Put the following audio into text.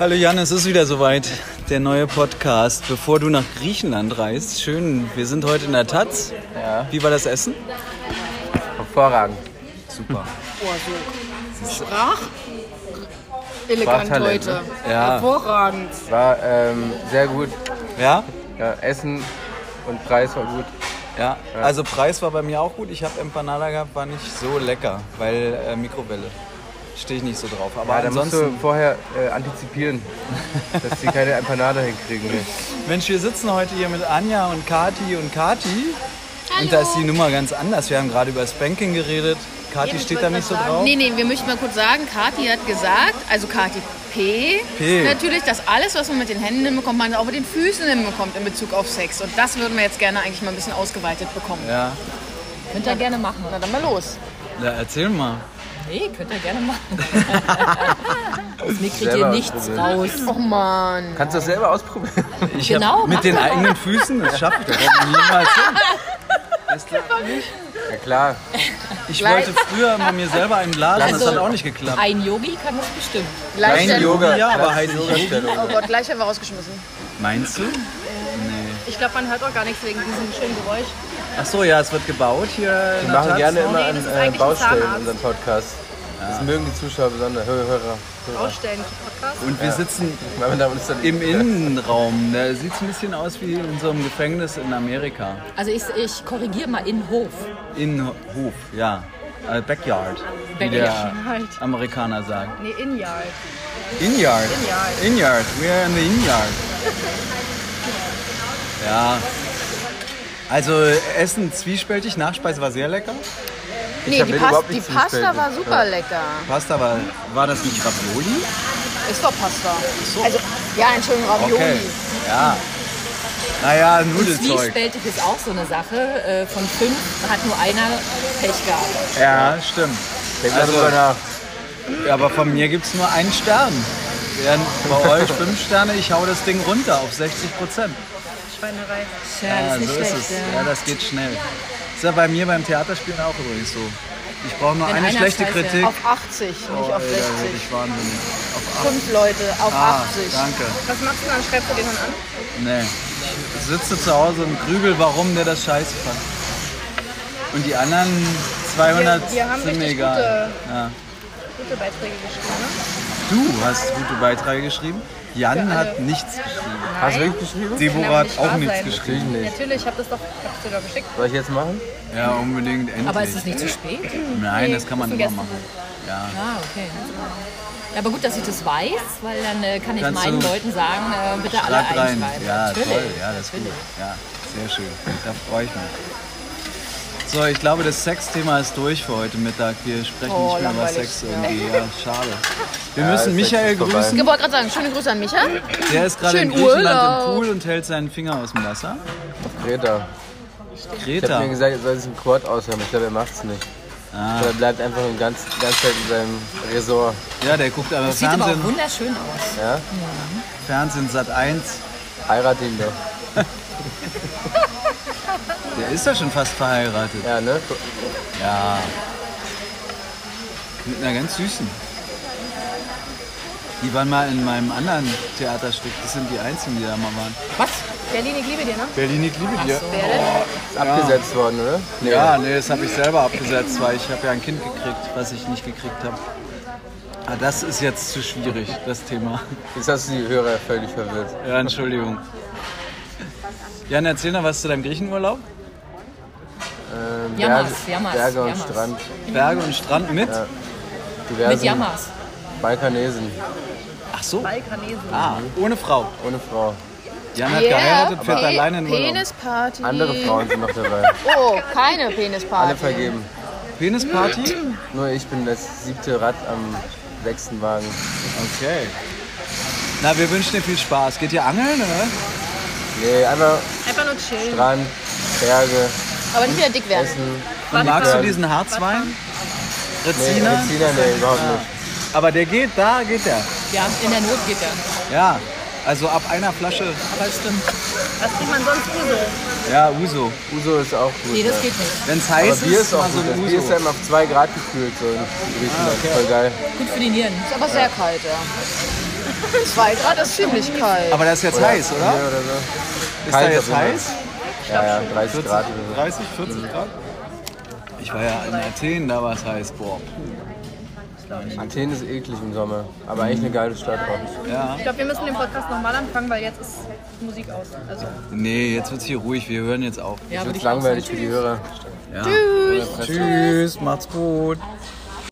Hallo Jan, es ist wieder soweit, der neue Podcast, bevor du nach Griechenland reist. Schön, wir sind heute in der Taz. Ja. Wie war das Essen? Hervorragend. Super. So. Elegant Sprachtalent, heute. Ja. Hervorragend. War sehr gut. Ja? Ja, Essen und Preis war gut. Ja. Also Preis war bei mir auch gut. Ich habe Empanada gehabt, war nicht so lecker, weil Mikrowelle. Stehe ich nicht so drauf. Aber Ja, da musst ansonsten... du vorher antizipieren, dass die keine Empanada hinkriegen. Ne? Mensch, wir sitzen heute hier mit Anja und Kati. Und da ist die Nummer ganz anders. Wir haben gerade über Spanking geredet. Kati steht da nicht so drauf. Nee, wir möchten mal kurz sagen, Kati hat gesagt, also Kati P. Natürlich, dass alles, was man mit den Händen hinbekommt, man auch mit den Füßen hinbekommt in Bezug auf Sex. Und das würden wir jetzt gerne eigentlich mal ein bisschen ausgeweitet bekommen. Ja. Könnt ihr gerne machen. Na dann mal los. Ja, erzähl mal. Nee, könnt ihr gerne machen. Aus mir kriegt ihr Selber nichts ausprobieren. raus. Och man. Kannst du das selber ausprobieren? Ich Genau, hab mit mach den mal. eigenen Füßen, das schaffe ich doch niemals hin. Das klappt nicht. Ja klar. Ich wollte früher mal mir selber einen blasen, das hat auch nicht geklappt. Ein Yogi kann das bestimmt. Gleich Ein Yoga, ja, aber Klassische halt Yoga. Yoga-Stellung. Oh Gott, gleich haben wir rausgeschmissen. Meinst du? Ich glaube, man hört auch gar nichts wegen diesem schönen Geräusch. Ach so, ja, es wird gebaut hier. Wir in der machen Taz. gerne immer Nee, an das ist eigentlich ein Baustellen Zahnarzt. unseren Podcast. Das mögen die Zuschauer besonders. Hörer. Ausstellen-Podcast. Und wir sitzen Weil man da uns dann im Innenraum. Da sieht es ein bisschen aus wie in so einem Gefängnis in Amerika. Also ich korrigiere mal in Hof. Innenhof, ja. Backyard, wie der Amerikaner sagt. Nee, In-Yard. Inyard. Inyard. We are in the Inyard. Ja. Also Essen zwiespältig, Nachspeise war sehr lecker. Nee, hab die, mir überhaupt die nicht Pasta zugestellt. war super lecker. Pasta war das nicht Ravioli? Ist doch Pasta. Also, ja, Entschuldigung, Ravioli. Okay. Ja. Naja, Nudelzeug. Zwiespältig ist auch so eine Sache. Von 5 hat nur einer Pech gehabt. Ja, stimmt. Denk mal Also- drüber nach. Ja, aber von mir gibt es nur einen Stern. Während bei euch 5 Sterne, ich hau das Ding runter auf 60%. Schweinerei. Tja, Ja, das ist nicht so ist schlecht. es. Ja, das geht schnell. Ist ja bei mir beim Theaterspielen auch übrigens so. Ich brauche nur Wenn eine einer schlechte scheiße- Kritik. Auf 80, nicht Oh, auf ey, 60. da werde ich wahnsinnig. Auf 80. 5 Leute auf 80. Danke. Was machst du dann? Schreibst du den dann an? Nee. Ich sitze zu Hause und grübel, warum der das scheiße fand. Und die anderen 200 Wir haben sind mir richtig egal. Ja. Gute Beiträge geschrieben, ne? Du hast gute Beiträge geschrieben. Jan hat nichts geschrieben. Hast du wirklich geschrieben? Deborah hat nicht auch wahr nichts sein. geschrieben. Nicht. Natürlich, ich hab's dir doch geschickt. Soll ich jetzt machen? Ja, unbedingt, endlich. Aber ist es nicht zu spät? Nein, das kann man immer vergessen. machen. Ja. Ah, okay. Ja, aber gut, dass ich das weiß, weil dann kann ich Kannst meinen du- Leuten sagen, bitte alle Schreibt rein. einschreiben. Ja, Natürlich. toll. Ja, das ist gut. Ja, sehr schön. Da freue ich mich. So, ich glaube, das Sexthema ist durch für heute Mittag. Wir sprechen Oh, nicht mehr über langweilig. Sex irgendwie. Ja, schade. Wir Ja, müssen das Michael Sex ist vorbei. grüßen. Ich wollte gerade sagen, schöne Grüße an Micha. Der ist gerade in Schönen Griechenland Urlaub. im Pool und hält seinen Finger aus dem Wasser. Greta. Ich Greta. habe mir gesagt, er soll sich einen Quad aushören. Ich glaube, er macht's nicht. Ah. Er bleibt einfach die ganze Zeit in seinem Resort. Ja, der guckt aber Sieht aber auch Fernsehen, wunderschön aus. Ja? Fernsehen Sat 1. Heirat ihn doch. Der ist ja schon fast verheiratet. Ja, ne? Ja. Mit einer ganz süßen. Die waren mal in meinem anderen Theaterstück. Das sind die einzigen, die da mal waren. Was? Berlin, ich liebe dir, ne? Berlin, ich liebe dir. Wer denn? Ist abgesetzt worden, oder? Nee. Ja, nee, das habe ich selber abgesetzt, weil ich habe ja ein Kind gekriegt, was ich nicht gekriegt habe. Ah, das ist jetzt zu schwierig, das Thema. Jetzt hast du die Hörer völlig verwirrt. Ja, Entschuldigung. Jan, erzähl noch was zu deinem Griechenurlaub. Jammers, Berge und Jammers. Strand. Berge und Strand mit? Diversen Mit Jammers. Balkanesen. Ach so. Balkanesen. Ah, ohne Frau. Ohne Frau. Jan hat geheiratet, fährt alleine in Urlaub. Penisparty. Andere Frauen sind noch dabei. Oh, keine Penisparty. Alle vergeben. Penisparty? Nur ich bin das 7. Rad am 6. Wagen. Okay. Na, wir wünschen dir viel Spaß. Geht ihr angeln, oder? Nee, einfach Einfach nur chillen. Strand, Berge, Aber nicht wieder dick werden. Essen. Und magst du diesen Harzwein? Nee, Rezina? Rezina, nee, überhaupt nicht. Aber der geht, da geht der. Ja, in der Not geht er. Ja, also ab einer Flasche, Aber es stimmt. Was kriegt man sonst Uso? ja, Uso. Uso ist auch gut. Nee, das ja. geht nicht. Wenn es Aber heiß Bier ist, ist auch mal so gut. ein Das Uso. Bier ist ja immer auf 2 Grad gekühlt so in Griechenland. okay. Voll geil. Gut für die Nieren. Ist aber sehr kalt, ja. 2 Grad ist ziemlich kalt. Aber das ist jetzt heiß, oder? Ja, oder so. Ist da jetzt heiß? Ja, 30 Grad oder so. 30, 40 Grad? Ich war ja in Athen, da war es heiß. Boah. Athen ist eklig im Sommer, aber eigentlich eine geile Stadt auch. Ja. Ich glaube, wir müssen den Podcast nochmal anfangen, weil jetzt ist Musik aus. Also. Nee, jetzt wird's hier ruhig. Wir hören jetzt auf. Das wird langweilig für die Hörer. Ja. Tschüss. Tschüss, macht's gut.